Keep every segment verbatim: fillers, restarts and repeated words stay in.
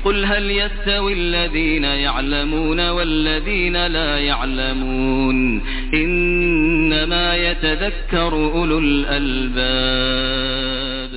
قل هل يستوي الذين يعلمون والذين لا يعلمون إنما يتذكر أولو الألباب.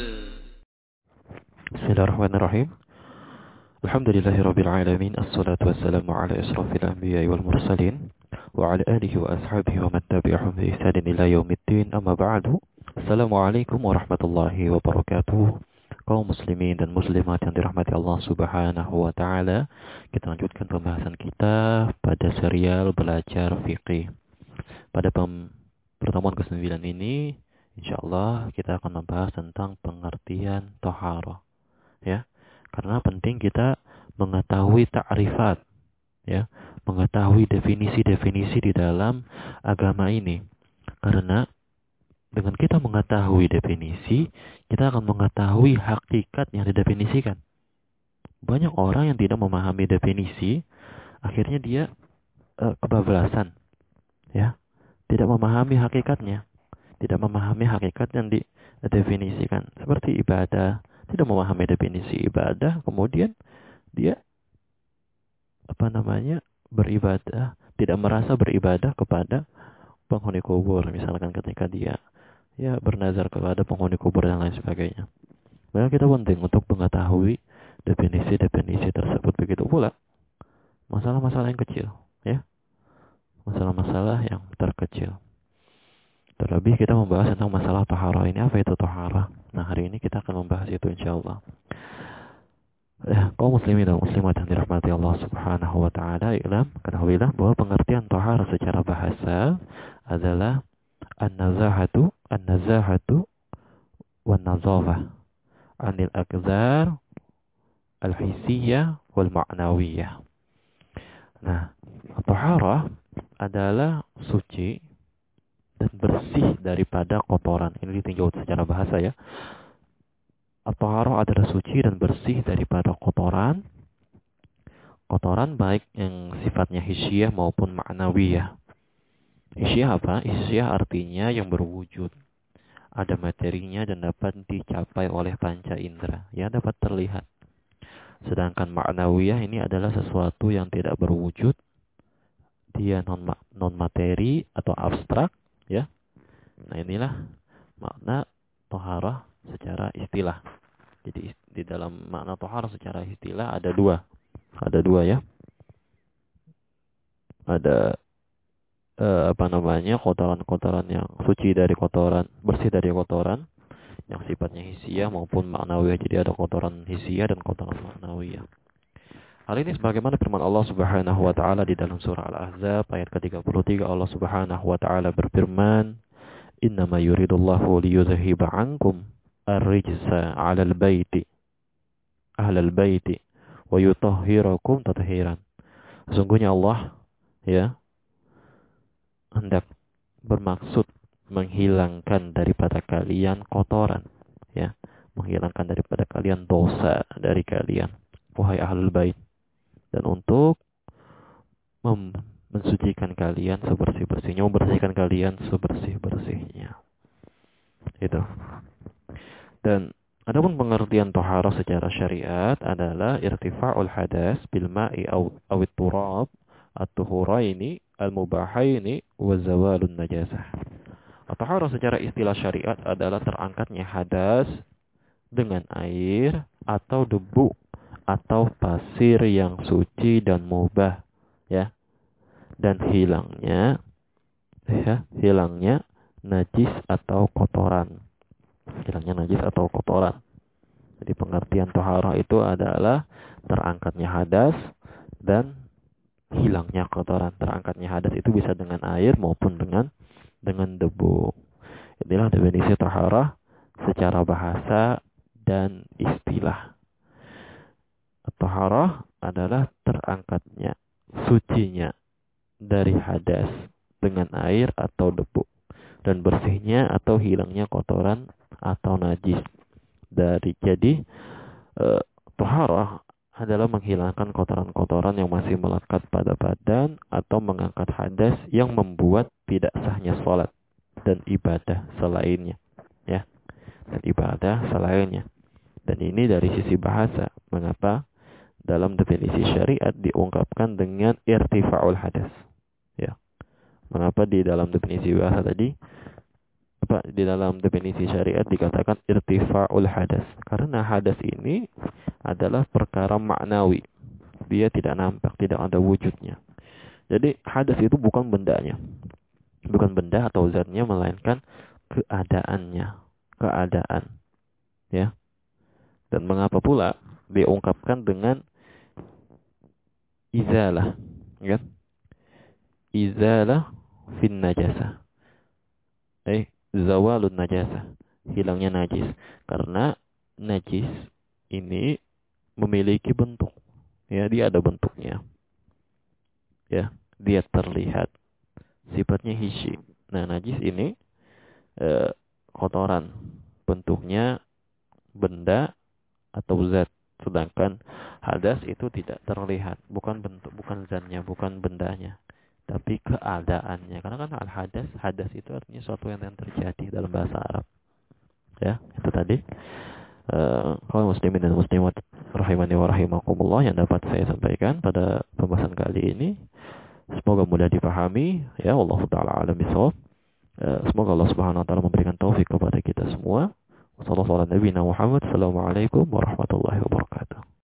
بسم الله الرحمن الرحيم. الحمد لله رب العالمين. الصلاة والسلام على أشرف الأنبياء والمرسلين وعلى آله وأصحابه ومن تبعهم بإحسان إلى يوم الدين. أما بعد. Assalamualaikum warahmatullahi wabarakatuh. Kaum muslimin dan muslimat yang dirahmati Allah Subhanahu wa taala, kita lanjutkan pembahasan kita pada serial belajar fikih. Pada pem- pertemuan kesembilan ini, insyaallah kita akan membahas tentang pengertian thaharah. Ya. Karena penting kita mengetahui ta'rifat, ya, mengetahui definisi-definisi di dalam agama ini. Karena dengan kita mengetahui definisi, kita akan mengetahui hakikat yang didefinisikan. Banyak orang yang tidak memahami definisi, akhirnya dia uh, kebablasan, ya, tidak memahami hakikatnya, tidak memahami hakikat yang didefinisikan. Seperti ibadah, tidak memahami definisi ibadah, kemudian dia apa namanya beribadah, tidak merasa beribadah kepada penghuni kubur, misalkan ketika dia ya bernazar kepada penghuni kubur dan lain sebagainya. Maka kita penting untuk mengetahui definisi-definisi tersebut. Begitu pula masalah-masalah yang kecil, ya, masalah-masalah yang terkecil. Terlebih kita membahas tentang masalah thaharah ini. Apa itu thaharah? Nah, hari ini kita akan membahas itu insyaallah. Ya, kaum muslimin dan muslimat yang dirahmati Allah Subhanahu wa taala, ilam ketahuilah bahwa pengertian thaharah secara bahasa adalah an-nazahatu an-nazahatu wan-nazafah anil aqdar al-hissiyah wal ma'nawiyah. Nah, thaharah adalah suci dan bersih daripada kotoran. Ini ditinjau secara bahasa, ya. Thaharah adalah suci dan bersih daripada kotoran. Kotoran baik yang sifatnya hissiyah maupun ma'nawiyah. Hissiyah apa? Hissiyah artinya yang berwujud, ada materinya dan dapat dicapai oleh panca indera, ya, dapat terlihat. Sedangkan ma'nawiyah ini adalah sesuatu yang tidak berwujud, dia non non materi atau abstrak, ya. Nah, inilah makna thaharah secara istilah. Jadi di dalam makna thaharah secara istilah ada dua, ada dua ya. Ada Uh, apa namanya kotoran-kotoran yang suci dari kotoran, bersih dari kotoran yang sifatnya hissiyah maupun ma'nawiyah. Jadi ada kotoran hissiyah dan kotoran ma'nawiyah. Hal ini sebagaimana firman Allah Subhanahu wa taala di dalam surah Al-Ahzab ayat ke tiga puluh tiga. Allah Subhanahu wa taala berfirman, "Innama yuridullahu liyudhhiba 'ankum ar-rijsa 'alal baiti ahlal baiti wa yutahhirakum tathiran." Sesungguhnya Allah, ya, hendak bermaksud menghilangkan daripada kalian kotoran, ya, menghilangkan daripada kalian dosa dari kalian, wahai ahlul bait, dan untuk mem- mensucikan kalian sebersih-bersihnya, membersihkan kalian sebersih-bersihnya. Itu. Dan adapun pengertian thaharah secara syariat adalah irtifa'ul hadas bil ma'i aw awit turab at-tuhuraini al-mubahaini wa zawalun najasah. Thaharah secara istilah syariat adalah terangkatnya hadas dengan air atau debu atau pasir yang suci dan mubah, ya. Dan hilangnya ya, hilangnya najis atau kotoran. Hilangnya najis atau kotoran. Jadi pengertian thaharah itu adalah terangkatnya hadas dan hilangnya kotoran. Terangkatnya hadas itu bisa dengan air maupun dengan dengan debu. Inilah definisi thaharah secara bahasa dan istilah. Thaharah adalah terangkatnya, sucinya dari hadas dengan air atau debu, dan bersihnya atau hilangnya kotoran atau najis dari. Jadi eh, thaharah adalah menghilangkan kotoran-kotoran yang masih melekat pada badan atau mengangkat hadas yang membuat tidak sahnya sholat dan ibadah selainnya, ya, dan ibadah selainnya. Dan ini dari sisi bahasa. Mengapa? dalam definisi syariat diungkapkan dengan irtifa'ul hadas. Ya. Mengapa di dalam definisi bahasa tadi apa di dalam definisi syariat dikatakan irtifa'ul hadas? Karena hadas ini adalah perkara maknawi. Dia tidak nampak, tidak ada wujudnya. Jadi hadas itu bukan bendanya. Bukan benda atau zatnya, melainkan keadaannya. Keadaan. Ya. Dan mengapa pula diungkapkan dengan izalah, ya? Izalah fin najasah. Eh, zawalun najasah, hilangnya najis. Karena najis ini memiliki bentuk. Ya, dia ada bentuknya. Ya, dia terlihat. Sifatnya hisyi. Nah, najis ini eh, kotoran. Bentuknya benda atau zat. Sedangkan hadas itu tidak terlihat, bukan bentuk, bukan zatnya, bukan bendanya, tapi keadaannya. Karena kan al hadas, hadas itu artinya sesuatu yang, yang terjadi dalam bahasa Arab. Ya, itu tadi. Uh, kaum muslimin dan muslimat rahimani wa rahimakumullah yang dapat saya sampaikan pada pembahasan kali ini. Semoga mudah dipahami. Ya, wallahu taala alam bisawab. Uh, semoga Allah Subhanahu wa taala memberikan taufik kepada kita semua. Wassalamualaikum warahmatullahi wabarakatuh.